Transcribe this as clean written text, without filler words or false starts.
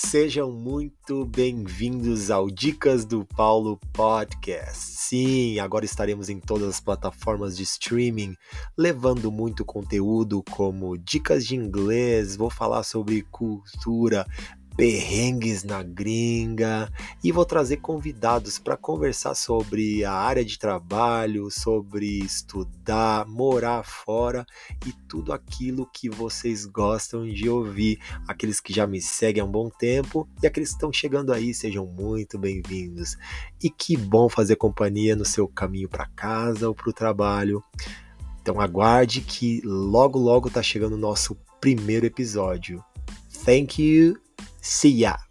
Sejam muito bem-vindos ao Dicas do Paulo Podcast. Sim, agora estaremos em todas as plataformas de streaming, levando muito conteúdo como dicas de inglês, vou falar sobre cultura, perrengues na gringa e vou trazer convidados para conversar sobre a área de trabalho, sobre estudar, morar fora e tudo aquilo que vocês gostam de ouvir. Aqueles que já me seguem há um bom tempo e aqueles que estão chegando aí, sejam muito bem-vindos. E que bom fazer companhia no seu caminho para casa ou para o trabalho. Então aguarde que logo tá chegando o nosso primeiro episódio. Thank you. See ya!